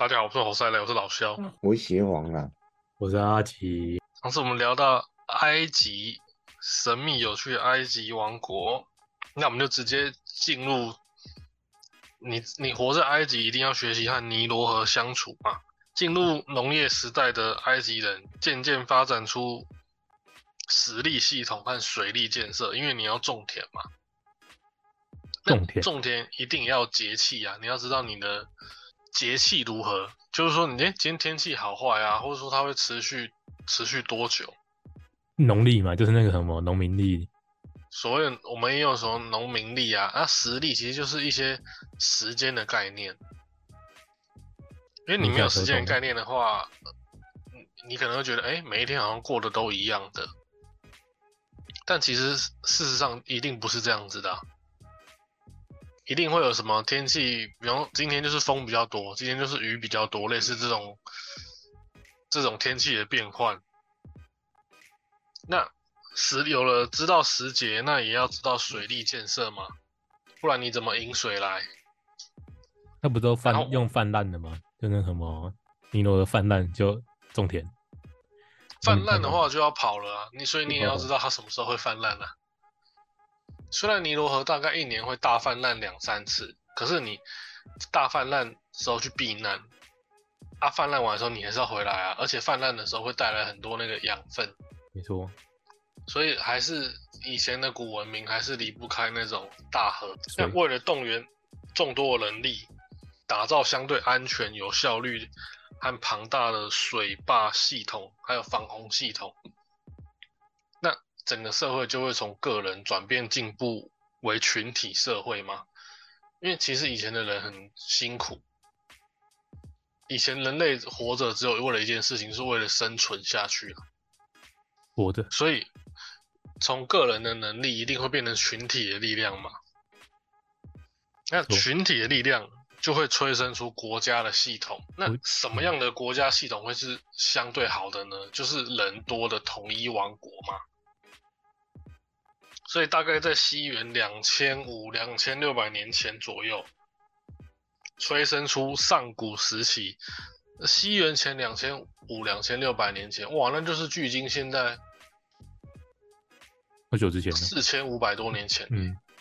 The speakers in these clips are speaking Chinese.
大家好，我是侯赛雷，我是老肖。 我邪皇啊， 我是阿奇。 上次我们聊到埃及神秘有趣的埃及王国，那我们就直接进入你活在埃及，一定要学习和尼罗河相处嘛。进入农业时代的埃及人渐渐发展出石力系统和水利建设，因为你要种田嘛。那种田种田一定要节气啊，你要知道你的节气如何，就是说你今天天气好坏啊，或者说它会持续多久。 农历嘛，就是那个什么农民历。 所谓我们也有什么农民历啊，时历其实就是一些时间的概念。因为你没有时间的概念的话，你可能会觉得，每一天好像过得都一样的。但其实事实上一定不是这样子的啊，一定会有什么天气，比方今天就是风比较多，今天就是雨比较多，类似这种天气的变换。那有了知道时节，那也要知道水利建设嘛，不然你怎么引水来？ 那不都然后用泛滥的吗？就那什么尼罗的泛滥就种田。 泛滥的话就要跑了啊，所以你也要知哦， 道它什么时候会泛滥啊。虽然尼罗河大概一年会大泛滥2、3次，可是你大泛滥时候去避难，泛滥完的时候你还是要回来啊，而且泛滥的时候会带来很多那个养分， 没错。 所以还是以前的古文明还是离不开那种大河。那水为了动员众多的人力，打造相对安全、有效率和庞大的水坝系统，还有防洪系统，那整个社会就会从个人转变进步为群体社会嘛。因为其实以前的人很辛苦，以前人类活着只有为了一件事情，是为了生存下去啊。 活着。 所以从个人的能力一定会变成群体的力量嘛。那群体的力量就会催生出国家的系统。那什么样的国家系统会是相对好的呢？就是人多的统一王国嘛。所以大概在西元2500-2600年前左右，催生出上古时期。西元前2500-2600年前，哇，那就是距今现在多久之前呢 ？4500多年前。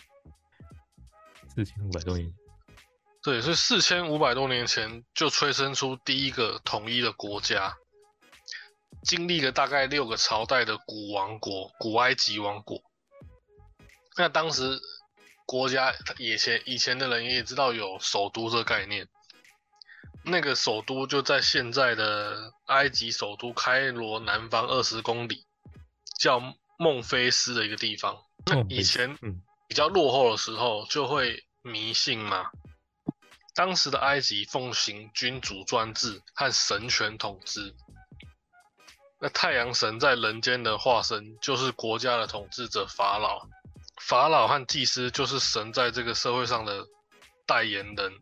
4500多年前。 对，所以4500多年前就催生出第一个统一的国家，经历了大概6个朝代的古王国，古埃及王国。那当时国家以前的人也知道有首都这个概念，那个首都就在现在的埃及首都开罗南方20公里，叫孟菲斯的一个地方。那以前比较落后的时候就会迷信嘛。当时的埃及奉行君主专制和神权统治，那太阳神在人间的化身就是国家的统治者法老，法老和祭司就是神在这个社会上的代言人，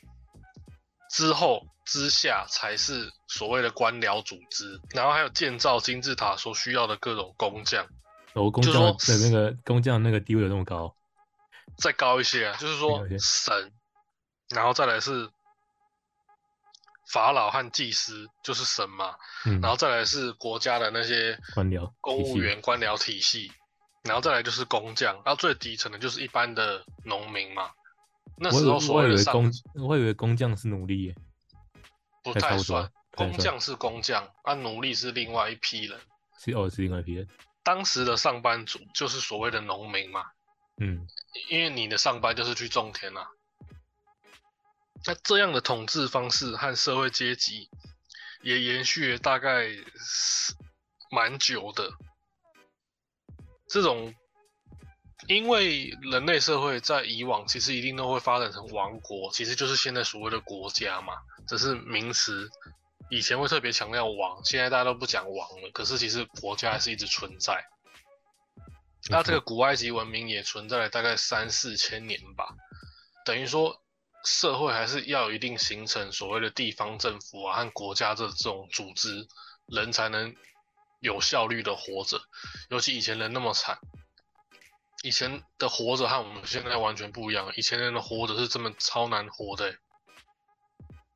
之下才是所谓的官僚组织，然后还有建造金字塔所需要的各种工匠。 工匠的那个工匠那个地位有那么高？ 再高一些啊，就是说神，然后再来是法老和祭司，就是神嘛，然后再来是国家的那些官僚、 公务员、官僚体系，然后再来就是工匠，然后最底层的就是一般的农民嘛。那时候所谓的我以为工匠是奴隶耶。 不太算，工匠是工匠，奴隶是另外一批人。 是另外一批人。 当时的上班族就是所谓的农民嘛。因为你的上班就是去种田啊。那这样的统治方式和社会阶级也延续了大概蛮久的。这种因为人类社会在以往其实一定都会发展成王国，其实就是现在所谓的国家嘛，只是名词以前会特别强调王，现在大家都不讲王了，可是其实国家还是一直存在。那这个古埃及文明也存在了大概3-4千年吧，等于说社会还是要有一定形成所谓的地方政府啊和国家这种组织，人才能有效率的活着。尤其以前人那么惨，以前的活着和我们现在完全不一样，以前人的活着是这么超难活的。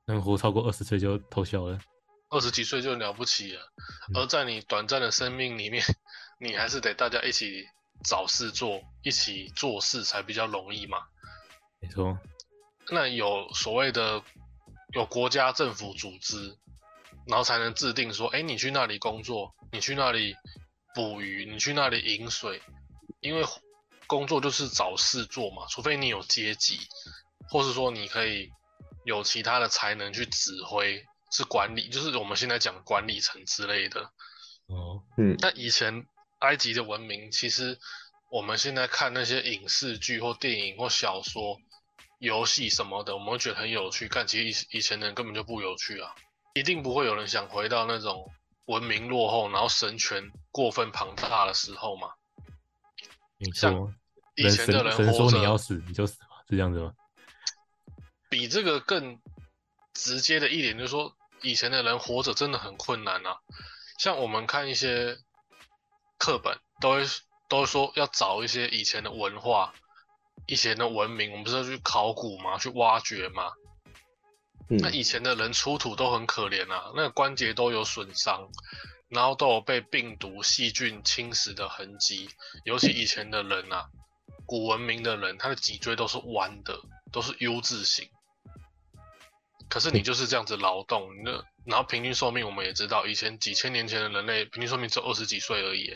能活超过20岁就偷笑了。 20几岁就了不起了，而在你短暂的生命里面，你还是得大家一起找事做，一起做事才比较容易嘛。 没错。 那有所谓的有国家政府组织，然后才能制定说，你去那里工作，你去那里捕鱼，你去那里饮水，因为工作就是找事做嘛，除非你有阶级，或是说你可以有其他的才能去指挥，是管理，就是我们现在讲管理层之类的。那以前埃及的文明，其实我们现在看那些影视剧或电影或小说、游戏什么的，我们会觉得很有趣，但其实以前的人根本就不有趣啊，一定不会有人想回到那种文明落后，然后神权过分庞大的时候嘛。 没错， 以前的人活着， 神说你要死你就死嘛，是这样子吗？ 比这个更直接的一点就是说，以前的人活着真的很困难啊。像我们看一些课本，都会说要找一些以前的文化、以前的文明，我们不是要去考古嘛，去挖掘嘛。那以前的人出土都很可怜啊，那个关节都有损伤，然后都有被病毒、细菌侵蚀的痕迹。尤其以前的人啊，古文明的人，他的脊椎都是弯的，都是 U 字形。可是你就是这样子劳动，然后平均寿命我们也知道，以前几千年前的人类平均寿命只有20几岁而已，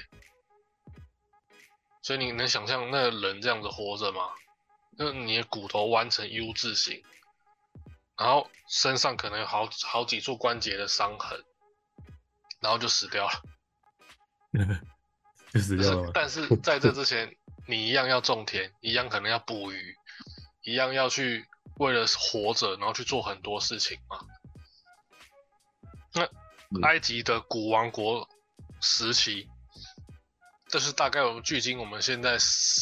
所以你能想象那个人这样子活着吗？那你的骨头弯成 U 字形，然后身上可能有好几处关节的伤痕，然后就死掉了。 就死掉了。 但是在这之前，你一样要种田，一样可能要捕鱼，一样要去为了活着，然后去做很多事情嘛。那埃及的古王国时期，这是大概距今我们现在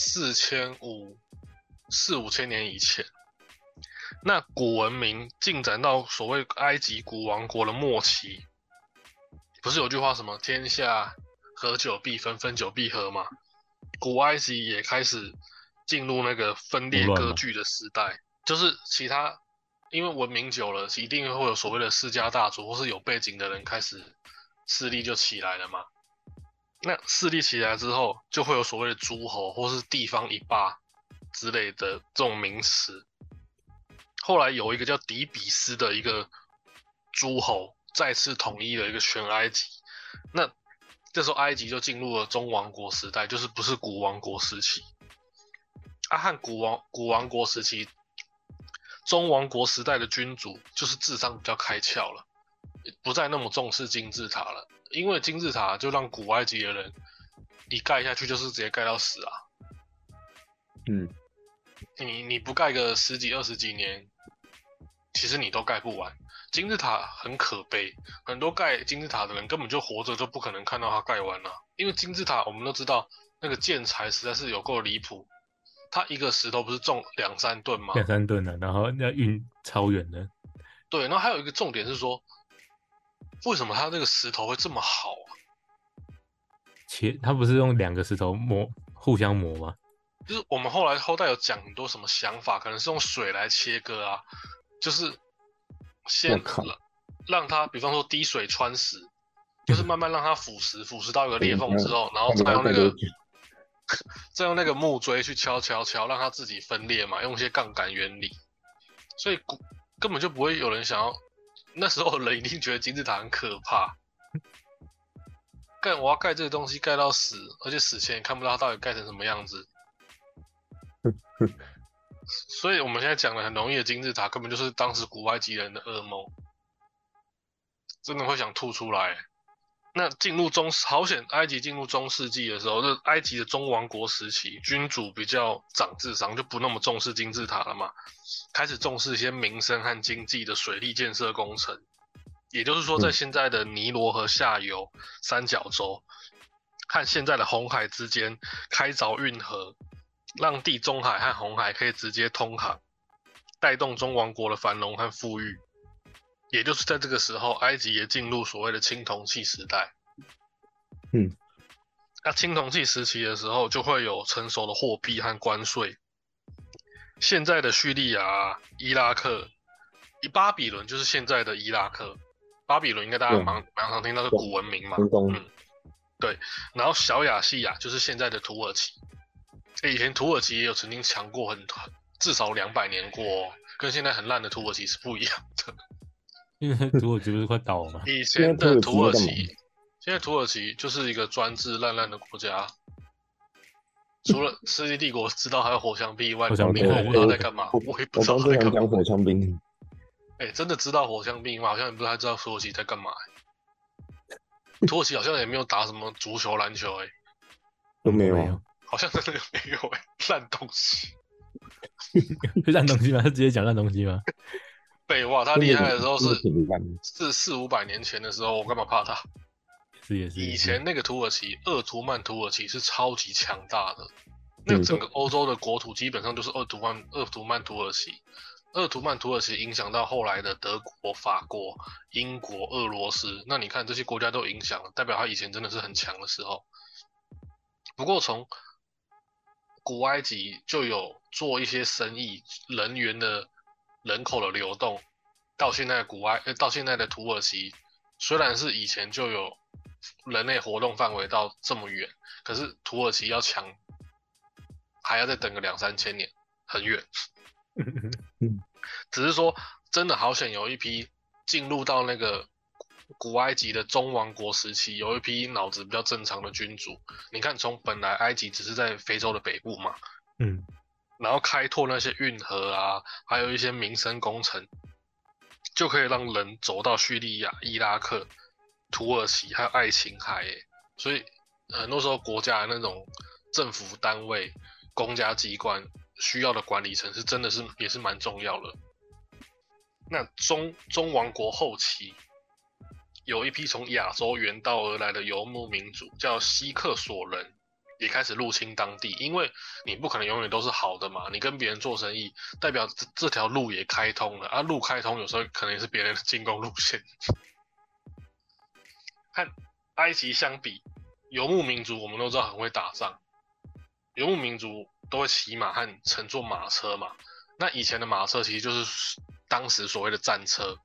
4、5千年以前。那古文明进展到所谓埃及古王国的末期，不是有句话什么天下合久必分，分久必合嘛？古埃及也开始进入那个分裂割据的时代，就是其他因为文明久了，一定会有所谓的世家大族或是有背景的人开始势力就起来了嘛。那势力起来之后，就会有所谓的诸侯或是地方一霸之类的这种名词。后来有一个叫底比斯的一个诸侯再次统一了一个全埃及，那这时候埃及就进入了中王国时代，就是不是古王国时期。和古王国时期，中王国时代的君主就是智商比较开窍了，不再那么重视金字塔了，因为金字塔就让古埃及的人一盖下去就是直接盖到死啊。你不盖个10几20几年，其实你都盖不完。金字塔很可悲，很多盖金字塔的人根本就活着就不可能看到它盖完了，因为金字塔我们都知道那个建材实在是有够离谱，它一个石头不是重2-3吨吗 ？2-3吨啊，然后要运超远的。 对，然后还有一个重点是说，为什么它那个石头会这么好啊？ 它不是用2个石头互相磨吗？ 就是我们后代有讲很多什么想法，可能是用水来切割啊，就是先让它，比方说滴水穿石，就是慢慢让它腐蚀到一个裂缝之后，然后再用那个木锥去敲，让它自己分裂嘛，用一些杠杆原理，所以根本就不会有人想要。那时候的人一定觉得金字塔很可怕，我要盖这个东西盖到死，而且死前也看不到它到底盖成什么样子。所以我们现在讲的很容易的金字塔，根本就是当时古埃及人的噩梦，真的会想吐出来。那好险，埃及进入中世纪的时候，就埃及的中王国时期，君主比较长智商，就不那么重视金字塔了嘛，开始重视一些民生和经济的水利建设工程。也就是说，在现在的尼罗河下游三角洲和现在的红海之间开凿运河，让地中海和红海可以直接通航，带动中王国的繁荣和富裕。也就是在这个时候，埃及也进入所谓的青铜器时代。那青铜器时期的时候，就会有成熟的货币和关税。现在的叙利亚、伊拉克巴比伦就是现在的伊拉克，巴比伦应该大家蛮常听到是古文明嘛，对，然后小亚细亚就是现在的土耳其，以前土耳其也有曾经强过至少200年过，跟现在很烂的土耳其是不一样的。 因为土耳其不是快倒了吗？ 以前的土耳其，现在土耳其就是一个专制烂的国家。除了世纪帝国知道还有火枪兵以外，你问我他在干嘛，我也不知道他在干嘛。 讲火枪兵， 真的知道火枪兵吗？好像也不太知道土耳其在干嘛。土耳其好像也没有打什么足球、篮球， 都没有， 好像真的没有，烂东西。 烂东西吗？他直接讲烂东西吗？ 废话，他厉害的时候是400-500年前的时候，我干嘛怕他？ 也是。 以前那个土耳其，鄂图曼土耳其是超级强大的，那个整个欧洲的国土基本上就是鄂图曼土耳其。鄂图曼土耳其影响到后来的德国、法国、英国、俄罗斯，那你看这些国家都影响了，代表他以前真的是很强的时候。不过从古埃及就有做一些生意，人口的流动，到现在到现在的土耳其，虽然是以前就有人类活动范围到这么远，可是土耳其要强，还要再等个2-3千年，很远。只是说真的好险，有一批进入到那个古埃及的中王国时期，有一批脑子比较正常的君主。你看，从本来埃及只是在非洲的北部嘛，然后开拓那些运河啊，还有一些民生工程，就可以让人走到叙利亚、伊拉克、土耳其还有爱琴海。所以很多时候国家的那种政府单位、公家机关需要的管理层是真的也是蛮重要的。那中王国后期有一批从亚洲远道而来的游牧民族，叫西克索人，也开始入侵当地。因为你不可能永远都是好的嘛，你跟别人做生意，代表这条路也开通了啊。路开通有时候可能也是别人的进攻路线。和埃及相比，游牧民族我们都知道很会打仗，游牧民族都会骑马和乘坐马车嘛。那以前的马车其实就是当时所谓的战车，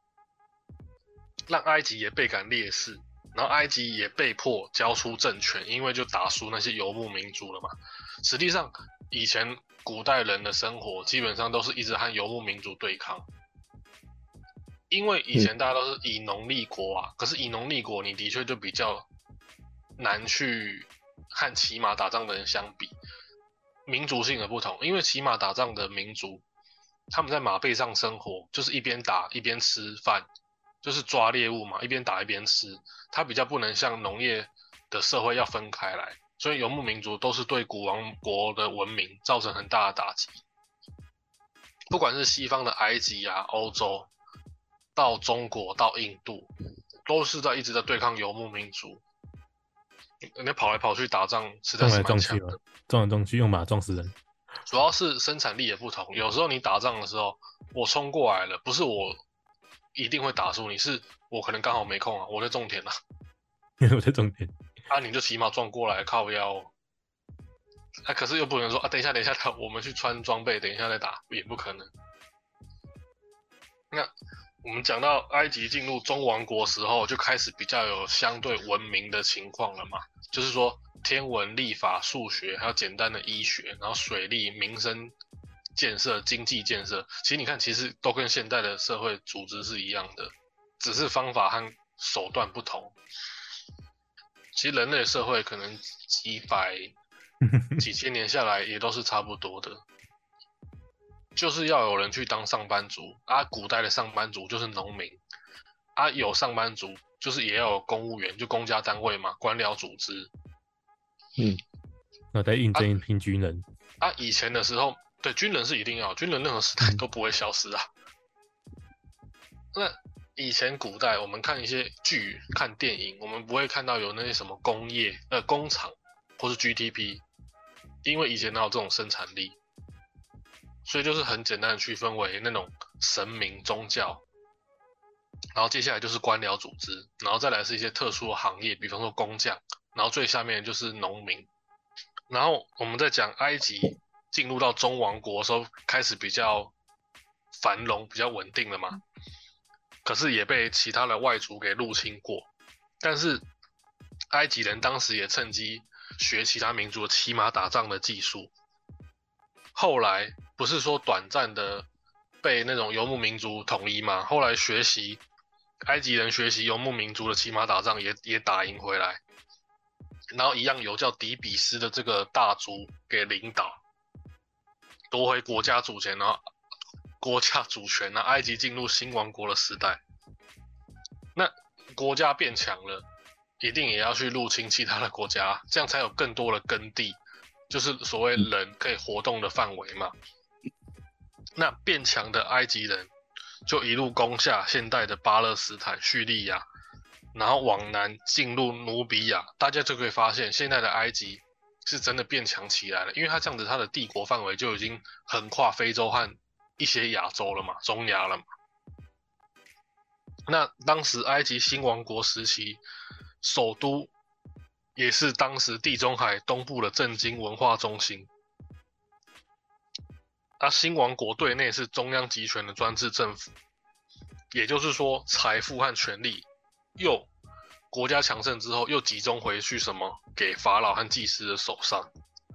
让埃及也倍感劣势，然后埃及也被迫交出政权，因为就打输那些游牧民族了嘛。实际上，以前古代人的生活基本上都是一直和游牧民族对抗，因为以前大家都是以农立国啊，可是以农立国你的确就比较难去和骑马打仗的人相比。民族性的不同，因为骑马打仗的民族，他们在马背上生活，就是一边打一边吃饭，就是抓猎物嘛，一边打一边吃。它比较不能像农业的社会要分开来，所以游牧民族都是对古王国的文明造成很大的打击。不管是西方的埃及啊、欧洲，到中国到印度，都是一直在对抗游牧民族。人家跑来跑去打仗，实在是蛮强的。 撞来撞去，用马撞死人。 主要是生产力也不同。有时候你打仗的时候，我冲过来了，不是我一定会打输你，是我可能刚好没空啊，我在种田啊。 我在种田。 啊，你就骑马撞过来靠腰。啊，可是又不能说啊，等一下，我们去穿装备，等一下再打，也不可能。那我们讲到埃及进入中王国时候，就开始比较有相对文明的情况了嘛，就是说天文、历法、数学，还有简单的医学，然后水利、民生建设、经济建设，其实你看，其实都跟现代的社会组织是一样的，只是方法和手段不同。其实人类社会可能几千年下来也都是差不多的。就是要有人去当上班族啊，古代的上班族就是农民啊，有上班族就是也要有公务员，就公家单位嘛，官僚组织。 那再应征一批军人啊，以前的时候，对，军人是一定要，军人任何时代都不会消失啊。那以前古代我们看一些剧、看电影，我们不会看到有那些什么工厂或是 GDP， 因为以前哪有这种生产力。所以就是很简单的区分为那种神明宗教，然后接下来就是官僚组织，然后再来是一些特殊的行业，比方说工匠，然后最下面就是农民。然后我们在讲埃及进入到中王国的时候，开始比较繁荣、比较稳定了嘛。可是也被其他的外族给入侵过。但是埃及人当时也趁机学其他民族的骑马打仗的技术。后来不是说短暂的被那种游牧民族统一嘛？后来埃及人学习游牧民族的骑马打仗也打赢回来。然后一样由叫底比斯的这个大族给领导，夺回国家主权，然后埃及进入新王国的时代。那国家变强了，一定也要去入侵其他的国家，这样才有更多的耕地，就是所谓人可以活动的范围嘛。那变强的埃及人就一路攻下现代的巴勒斯坦、叙利亚，然后往南进入努比亚，大家就可以发现现在的埃及是真的变强起来了，因为它这样子，它的帝国范围就已经横跨非洲和一些亚洲了嘛，中亚了嘛。那当时埃及新王国时期，首都也是当时地中海东部的政经文化中心。新王国对内是中央集权的专制政府，也就是说，财富和权力国家强盛之后又集中回去给法老和祭司的手上。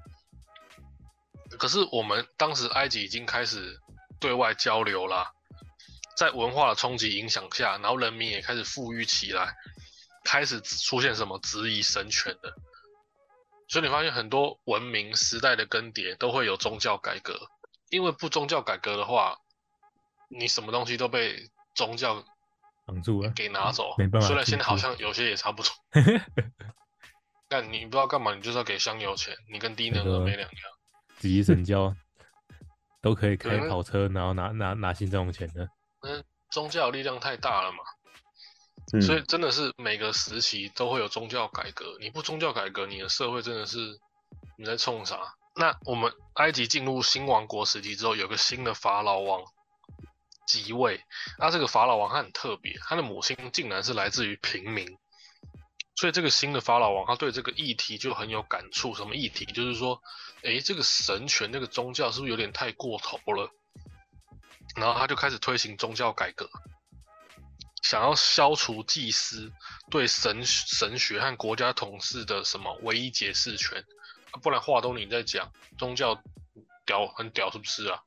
可是我们当时埃及已经开始对外交流啦，在文化的冲击影响下，然后人民也开始富裕起来，开始出现质疑神权的。所以你发现很多文明时代的更迭都会有宗教改革，因为不宗教改革的话，你什么东西都被宗教绑住了， 给拿走。 没办法。 虽然现在好像有些也差不多，但你不知道干嘛，你就是要给香油钱，你跟低能儿没两样。 紫衣神教都可以开跑车，然后拿新这种钱的。 宗教力量太大了嘛。所以真的是每个时期都会有宗教改革，你不宗教改革，你的社会真的是你在冲啥？那我们埃及进入新王国时期之后，有个新的法老王即位。那这个法老王他很特别，他的母亲竟然是来自于平民，所以这个新的法老王他对这个议题就很有感触。什么议题？就是说，这个神权这个宗教是不是有点太过头了？然后他就开始推行宗教改革。想要消除祭司对神学和国家统治的唯一解释权，不然话都你在讲，宗教很屌是不是啊？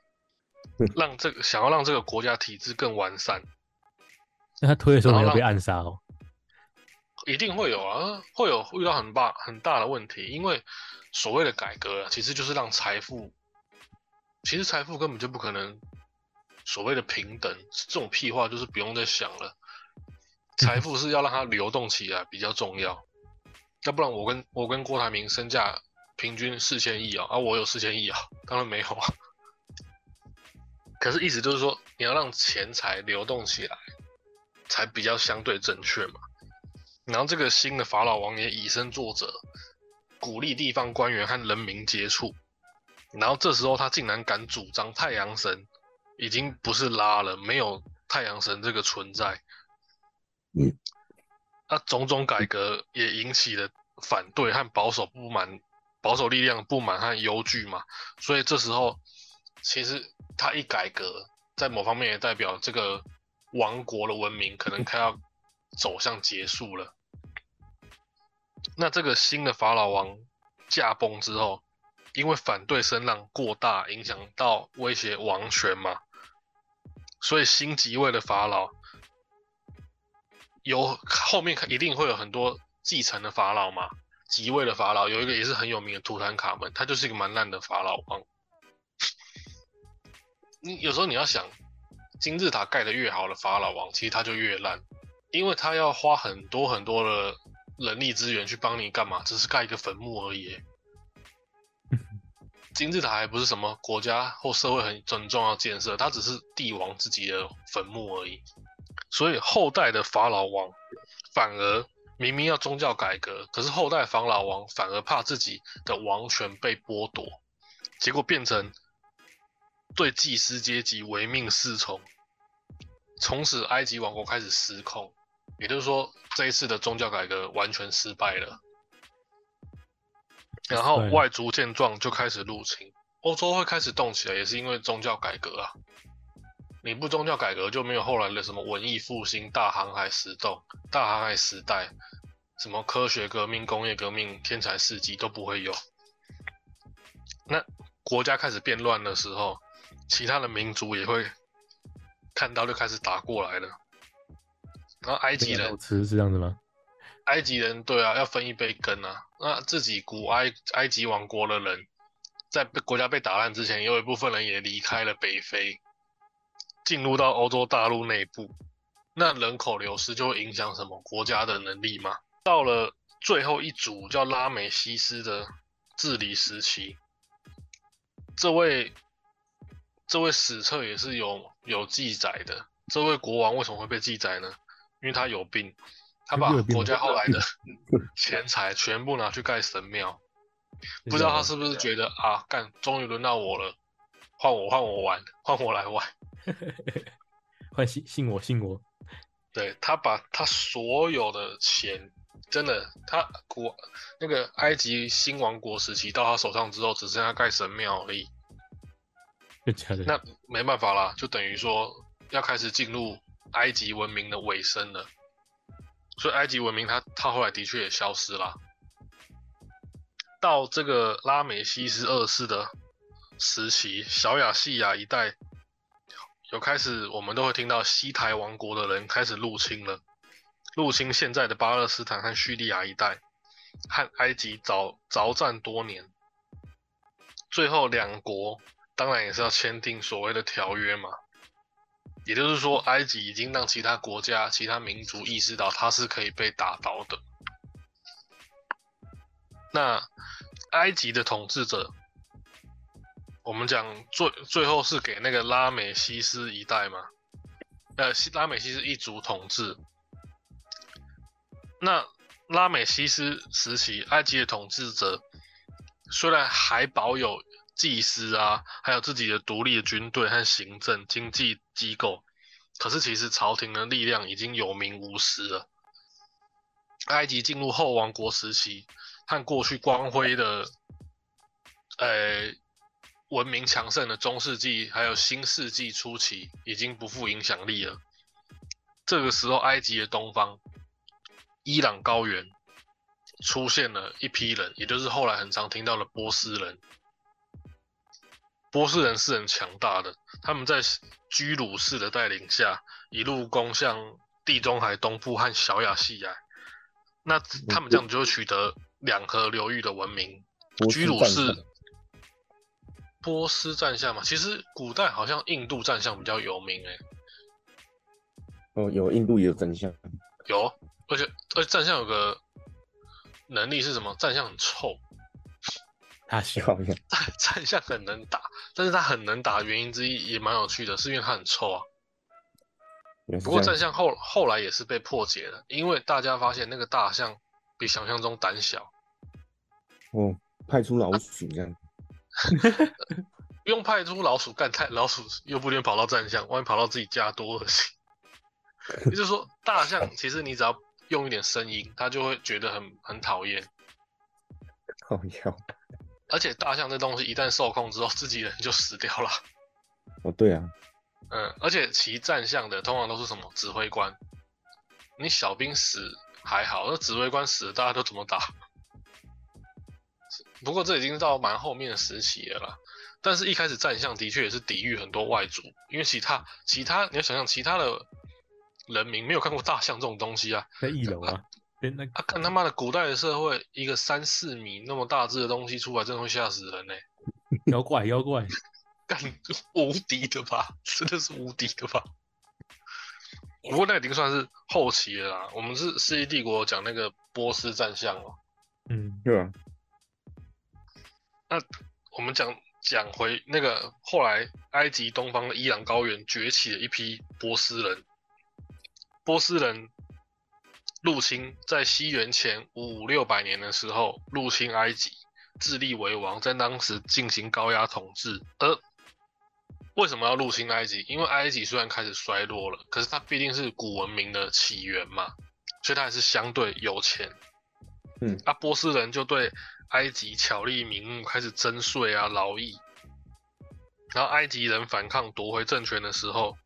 想要让这个国家体制更完善。 那他推的时候没有被暗杀哦？ 一定会有啊，会遇到很大的问题，因为所谓的改革其实就是让财富根本就不可能。所谓的平等这种屁话就是不用再想了，财富是要让它流动起来比较重要，要不然我跟郭台铭身价平均4000亿啊，我有4000亿啊，当然没有啊。可是意思就是说，你要让钱财流动起来，才比较相对正确嘛。然后这个新的法老王也以身作则，鼓励地方官员和人民接触，然后这时候他竟然敢主张太阳神已经不是拉了，没有太阳神这个存在。那种种改革也引起了反对和保守力量的不满和忧惧嘛。所以这时候，其实他一改革，在某方面也代表这个王国的文明可能快要走向结束了。那这个新的法老王驾崩之后，因为反对声浪过大，影响到威胁王权嘛。所以新即位的法老后面一定会有很多继承的法老嘛。即位的法老有一个也是很有名的图坦卡门，他就是一个蛮烂的法老王。有时候你要想，金字塔盖得越好的法老王，其实他就越烂，因为他要花很多很多的人力资源去帮你干嘛？只是盖一个坟墓而已。金字塔还不是什么国家或社会很重要建设，它只是帝王自己的坟墓而已。所以后代的法老王反而明明要宗教改革，可是后代法老王反而怕自己的王权被剥夺，结果变成对祭司阶级唯命是从，从此埃及王国开始失控。也就是说，这一次的宗教改革完全失败了。然后外族见状就开始入侵，欧洲会开始动起来，也是因为宗教改革啊。 你不宗教改革，就没有后来的什么文艺复兴、大航海时代，什么科学革命、工业革命、天才事迹都不会有。那国家开始变乱的时候，其他的民族也会看到就开始打过来了。然后埃及人吃是这样子吗？ 埃及人对啊，要分一杯羹啊。那自己古埃及王国的人，在国家被打烂之前，有一部分人也离开了北非，进入到欧洲大陆内部。那人口流失就会影响什么国家的能力嘛？到了最后一族叫拉美西斯的治理时期，这位史册也是有记载的。这位国王为什么会被记载呢？因为他有病，他把国家后来的钱财全部拿去盖神庙。不知道他是不是觉得啊，终于轮到我了，换我玩，换我来玩， 换信我。 对，他把他所有的钱，真的，那个埃及新王国时期到他手上之后，只剩下盖神庙而已。那没办法啦，就等于说要开始进入埃及文明的尾声了。所以埃及文明它后来的确也消失啦。到这个拉美西斯二世的时期，小亚细亚一带有开始，我们都会听到西台王国的人开始入侵了，入侵现在的巴勒斯坦和叙利亚一带，和埃及鏖战多年。最后两国当然也是要签订所谓的条约嘛，也就是说，埃及已经让其他国家、其他民族意识到它是可以被打倒的。那埃及的统治者，我们讲最后是给那个拉美西斯一代嘛，拉美西斯一族统治。那拉美西斯时期，埃及的统治者虽然还保有祭司啊，还有自己的独立的军队和行政经济机构，可是其实朝廷的力量已经有名无实了。埃及进入后王国时期，和过去光辉的文明强盛的中世纪还有新世纪初期已经不复影响力了。这个时候，埃及的东方伊朗高原出现了一批人，也就是后来很常听到的波斯人。波斯人是很强大的，他们在居鲁士的带领下，一路攻向地中海东部和小亚细亚。那他们这样就会取得两河流域的文明。居鲁士、波斯战象嘛，其实古代好像印度战象比较有名有印度也有战象， 有，而且战象有个能力是什么？战象很臭。战象很能打，但是他很能打的原因之一也蛮有趣的，是因为他很臭啊。不过战象后来也是被破解了，因为大家发现那个大象比想象中胆小。 派出老鼠这样。 不用派出老鼠，老鼠又不能跑到战象，万一跑到自己家多恶心。也就是说，大象其实你只要用一点声音，它就会觉得很讨厌。而且大象这东西一旦受控之后，自己人就死掉了。 对啊。 而且骑战象的通常都是什么指挥官，你小兵死还好，那指挥官死了，大家都怎么打？不过这已经到蛮后面的时期了啦。但是一开始战象的确也是抵御很多外族，因为其他你要想想，其他的人民没有看过大象这种东西啊。 在一楼啊。 看他妈的古代的社会，一个3-4米那么大只的东西出来，真的会吓死人欸。 妖怪， 干无敌的吧？真的是无敌的吧？不过那已经算是后期了啦。我们是世纪帝国讲那个波斯战象哦。 对啊。 那我们讲回那个后来埃及东方的伊朗高原崛起了一批波斯人。波斯人入侵，在西元前500-600年的时候入侵埃及，自立为王，在当时进行高压统治。而为什么要入侵埃及？因为埃及虽然开始衰落了，可是它毕竟是古文明的起源嘛，所以它还是相对有钱。波斯人就对埃及巧立名目，开始征税啊、劳役。然后埃及人反抗夺回政权的时候，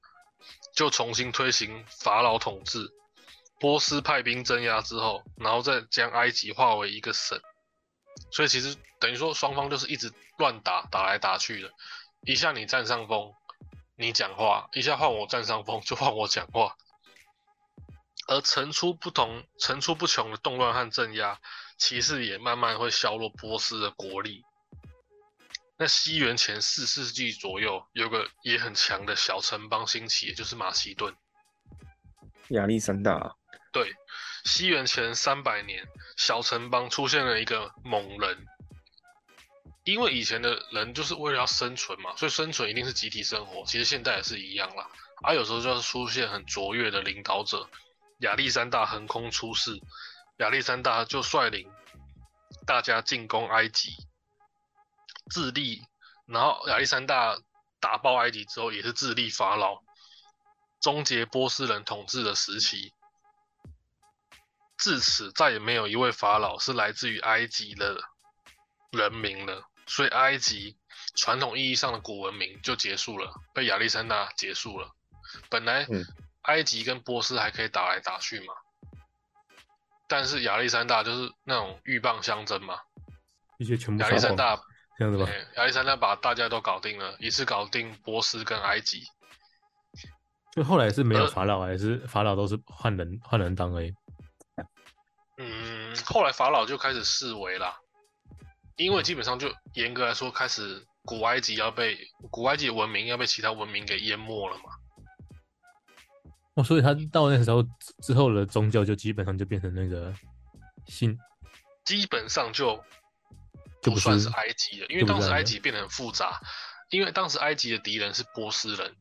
就重新推行法老统治。波斯派兵镇压之后，然后再将埃及划为一个省，所以其实等于说双方就是一直乱打，打来打去的，一下你占上风，你讲话，一下换我占上风，就换我讲话，而层出不穷的动乱和镇压，其实也慢慢会削弱波斯的国力。那西元前4世纪左右，有个也很强的小城邦兴起，也就是马其顿。 亚历山大。 对，西元前300年，小城邦出现了一个猛人。因为以前的人就是为了要生存嘛，所以生存一定是集体生活。其实现在也是一样啦。有时候就是出现很卓越的领导者，亚历山大横空出世，亚历山大就率领大家进攻埃及，自立。然后亚历山大打爆埃及之后，也是自立法老，终结波斯人统治的时期。自此再也没有一位法老是来自于埃及的人民了，所以埃及传统意义上的古文明就结束了，被亚历山大结束了。本来埃及跟波斯还可以打来打去嘛，但是亚历山大就是那种鹬蚌相争嘛， 一些全部亚历山大这样子吧， 亚历山大把大家都搞定了，一次搞定波斯跟埃及。 就后来是没有法老，还是法老都是换人当而已？ 后来法老就开始式微啦，因为基本上就严格来说，开始古埃及的文明要被其他文明给淹没了嘛。 所以他到那时候之后的宗教就基本上就变成那个基本上就不算是埃及了，因为当时埃及变得很复杂，因为当时埃及的敌人是波斯人，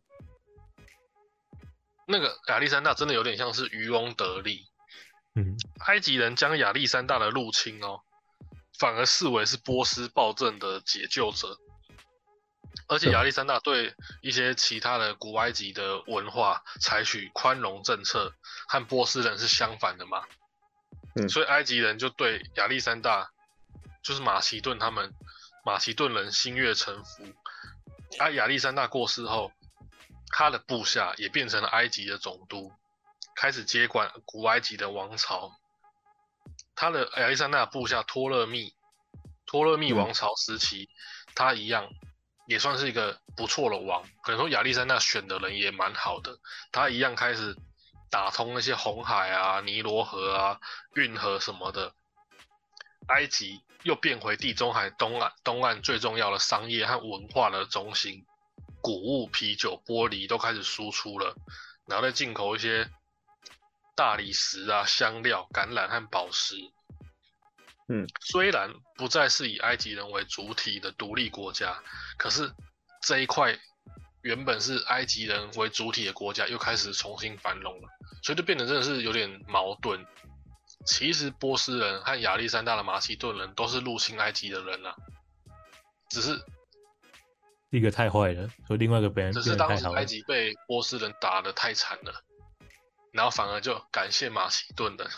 那个亚历山大真的有点像是渔翁得利。埃及人将亚历山大的入侵反而视为是波斯暴政的解救者，而且亚历山大对一些其他的古埃及的文化采取宽容政策，和波斯人是相反的嘛。所以埃及人就对亚历山大，就是马其顿人心悦诚服。亚历山大过世后，他的部下也变成了埃及的总督，开始接管古埃及的王朝。他的亚历山大部下托勒密王朝时期，他一样也算是一个不错的王，可能说亚历山大选的人也蛮好的，他一样开始打通那些红海啊、尼罗河啊、运河什么的。埃及又变回地中海东岸最重要的商业和文化的中心，谷物、啤酒、玻璃都开始输出了，然后再进口一些大理石啊、香料、橄榄和宝石。虽然不再是以埃及人为主体的独立国家，可是这一块原本是埃及人为主体的国家又开始重新繁荣了，所以就变得真的是有点矛盾。其实波斯人和亚历山大的马其顿人都是入侵埃及的人啊，只是一个太坏了，所以另外一个变得太好了。只是当时埃及被波斯人打得太惨了，然后反而就感谢马其顿人。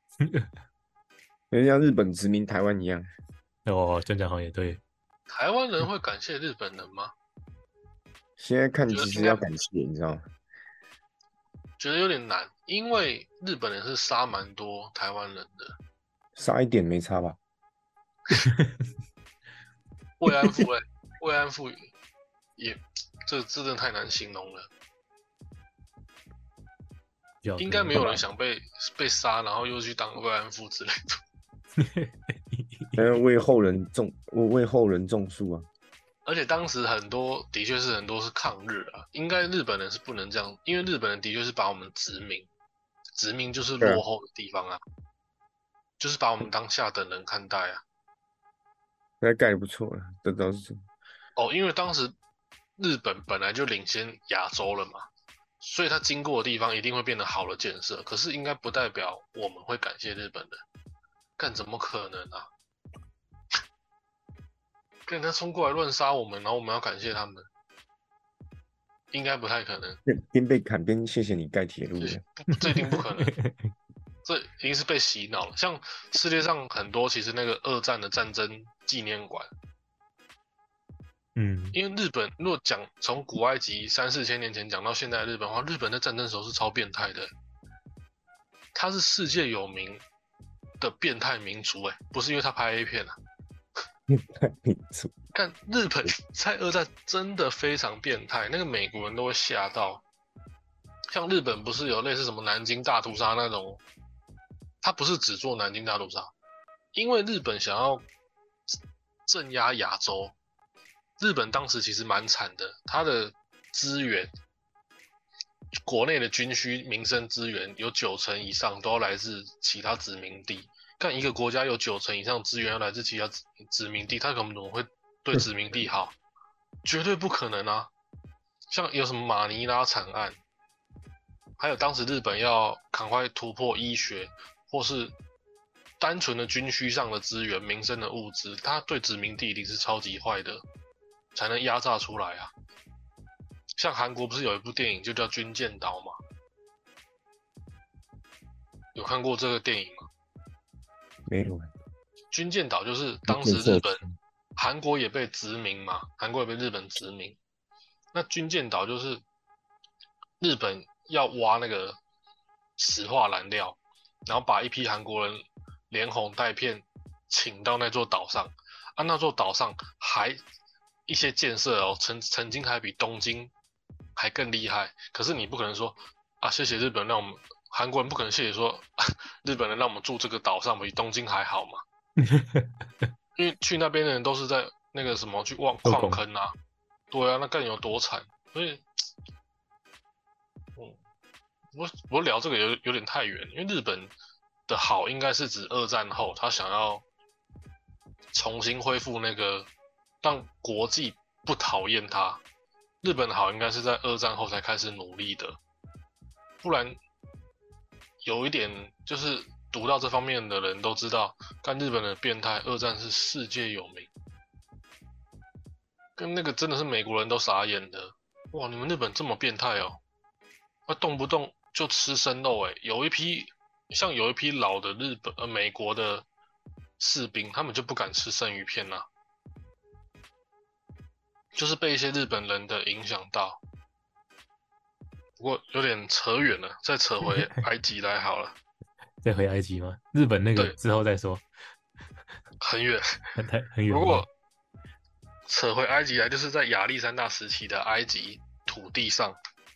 人家日本殖民台湾一样。 这样讲好像也对。 台湾人会感谢日本人吗？ 现在看其实要感谢，你知道吗？ 觉得有点难，因为日本人是杀蛮多台湾人的。 杀一点没差吧？ 慰安妇也，这真的太难形容了。应该没有人想被杀，然后又去当慰安妇之类的。为后人种树啊！ 而且当时的确是很多是抗日啊，应该日本人是不能这样，因为日本人的确是把我们殖民就是落后的地方啊，就是把我们当下等人看待啊。 那盖不错了，这倒是。 因为当时日本本来就领先亚洲了嘛，所以他经过的地方一定会变得好的建设，可是应该不代表我们会感谢日本人，干怎么可能啊？跟他冲过来乱杀我们，然后我们要感谢他们，应该不太可能。 边被砍边谢谢你盖铁路， 这一定不可能。这一定是被洗脑了。像世界上很多其实那个二战的战争纪念馆， 因为日本如果讲从古埃及3、4千年前讲到现在的日本的话，日本在战争的时候是超变态的，他是世界有名的变态民族，不是因为他拍 A 片啊。 变态民族。 但日本在二战真的非常变态，那个美国人都会吓到。像日本不是有类似什么南京大屠杀那种，他不是只做南京大屠杀，因为日本想要镇压亚洲。日本当时其实蛮惨的，他的资源，国内的军需、民生资源有90%以上都要来自其他殖民地。但一个国家有90%以上资源要来自其他殖民地，他可能会对殖民地好？绝对不可能啊！像有什么马尼拉惨案，还有当时日本要赶快突破医学，或是单纯的军需上的资源、民生的物资，他对殖民地一定是超级坏的，才能压榨出来啊。像韩国不是有一部电影就叫《军舰岛》吗？有看过这个电影吗？ 没有。 军舰岛就是当时日本、韩国也被殖民嘛，韩国也被日本殖民。那军舰岛就是日本要挖那个石化燃料，然后把一批韩国人连哄带骗请到那座岛上。啊，那座岛上还一些建设哦，曾经还比东京还更厉害。可是你不可能说啊，谢谢日本让我们韩国人不可能谢谢说日本人让我们住这个岛上比东京还好嘛？因为去那边的人都是在那个什么去挖矿坑啊，对啊，那更有多惨。所以，我聊这个有点太远，因为日本的好应该是指二战后他想要重新恢复那个让国际不讨厌他。日本好应该是在二战后才开始努力的，不然有一点就是读到这方面的人都知道，干日本的变态，二战是世界有名，跟那个真的是美国人都傻眼的。哇，你们日本这么变态哦！动不动就吃生肉有一批老的美国的士兵，他们就不敢吃生鱼片啊，就是被一些日本人的影响到。不过有点扯远了，再扯回埃及来好了。 再回埃及吗？日本那个之后再说。 很远， 很远。 不过扯回埃及来，就是在亚历山大时期的埃及土地上，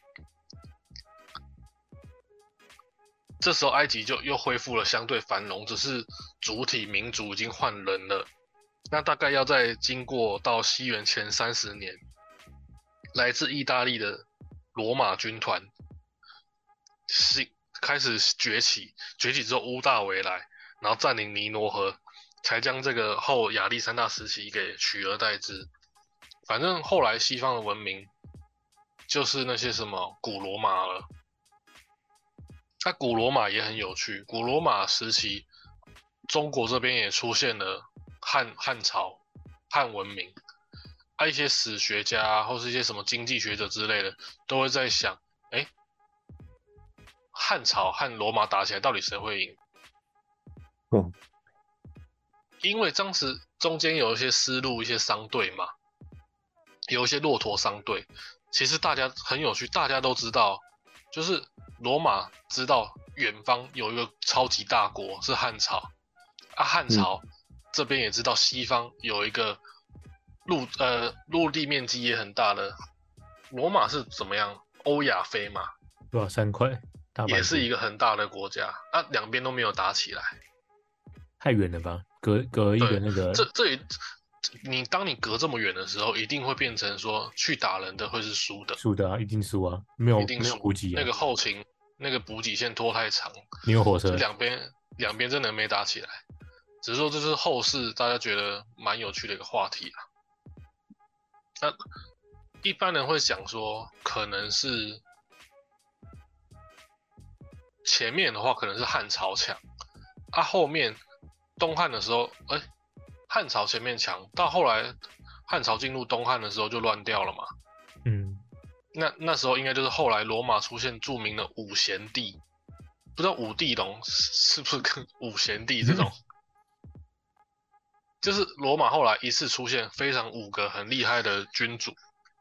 这时候埃及就又恢复了相对繁荣，只是主体民族已经换人了。那大概要在经过到西元前30年，来自意大利的罗马军团开始崛起之后屋大维来，然后占领尼罗河，才将这个后亚历山大时期给取而代之。反正后来西方的文明就是那些什么古罗马了。那古罗马也很有趣，古罗马时期中国这边也出现了汉朝、汉文明。一些史学家或是一些什么经济学者之类的都会在想，汉朝和罗马打起来到底谁会赢？因为当时中间有一些丝路、一些商队嘛，有一些骆驼商队。其实大家很有趣，大家都知道，就是罗马知道远方有一个超级大国是汉朝，汉朝这边也知道西方有一个陆地面积也很大的。罗马是怎么样？欧亚非嘛， 对吧？3块， 也是一个很大的国家，两边都没有打起来， 太远了吧？隔一个那个， 当你隔这么远的时候，一定会变成说去打人的会是输的啊，一定输啊，没有补给啊， 那个后勤那个补给线拖太长， 没有火车， 两边真的没打起来，只是说这是后世大家觉得蛮有趣的一个话题啦。那一般人会想说，可能是前面的话可能是汉朝强，后面东汉的时候，汉朝前面强，到后来汉朝进入东汉的时候就乱掉了嘛。那时候应该就是后来罗马出现著名的五贤帝，不知道五帝龙是不是跟五贤帝这种就是罗马后来一次出现非常5个很厉害的君主。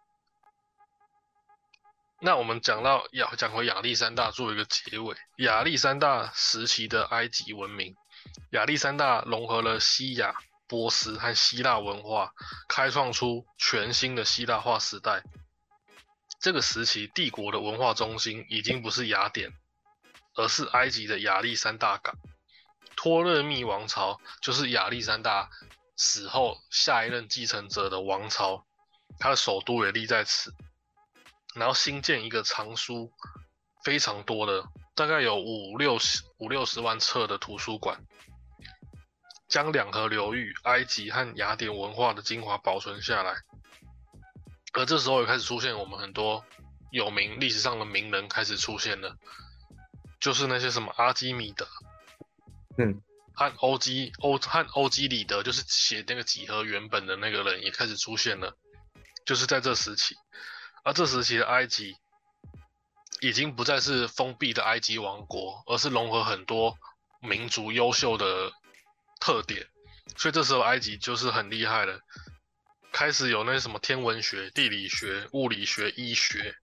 那我们讲回亚历山大做一个结尾。亚历山大时期的埃及文明，亚历山大融合了西亚、波斯和希腊文化，开创出全新的希腊化时代。这个时期帝国的文化中心已经不是雅典，而是埃及的亚历山大港。托勒密王朝就是亚历山大死后下一任继承者的王朝，他的首都也立在此。然后新建一个藏书非常多的，大概有五六十万册的图书馆，将两河流域埃及和雅典文化的精华保存下来。而这时候也开始出现我们很多有名历史上的名人开始出现了，就是那些什么阿基米德，和欧基里德，就是写那个几何原本的那个人也开始出现了，就是在这时期。而这时期的埃及已经不再是封闭的埃及王国，而是融合很多民族优秀的特点，所以这时候埃及就是很厉害了，开始有那什么天文学、地理学、物理学、医学。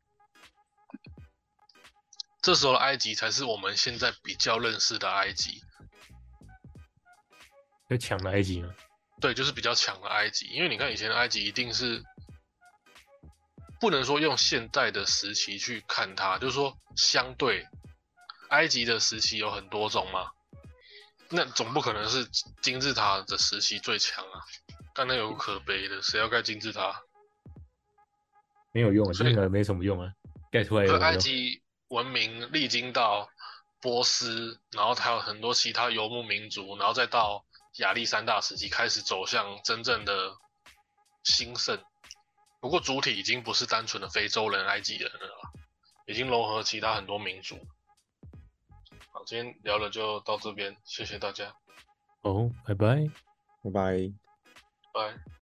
这时候的埃及才是我们现在比较认识的埃及。 有强的埃及吗？ 对，就是比较强的埃及，因为你看以前的埃及一定是不能说用现代的时期去看它，就是说相对埃及的时期有很多种嘛，那总不可能是金字塔的时期最强啊，但那有可悲的，谁要盖金字塔？ 没有用，那个没什么用啊，盖出来有用。 埃及文明历经到波斯，然后还有很多其他游牧民族，然后再到亚历山大时期开始走向真正的兴盛。不过主体已经不是单纯的非洲人、埃及人了啦，已经融合其他很多民族。好，今天聊的就到这边，谢谢大家。 好，拜拜， 拜拜。 拜。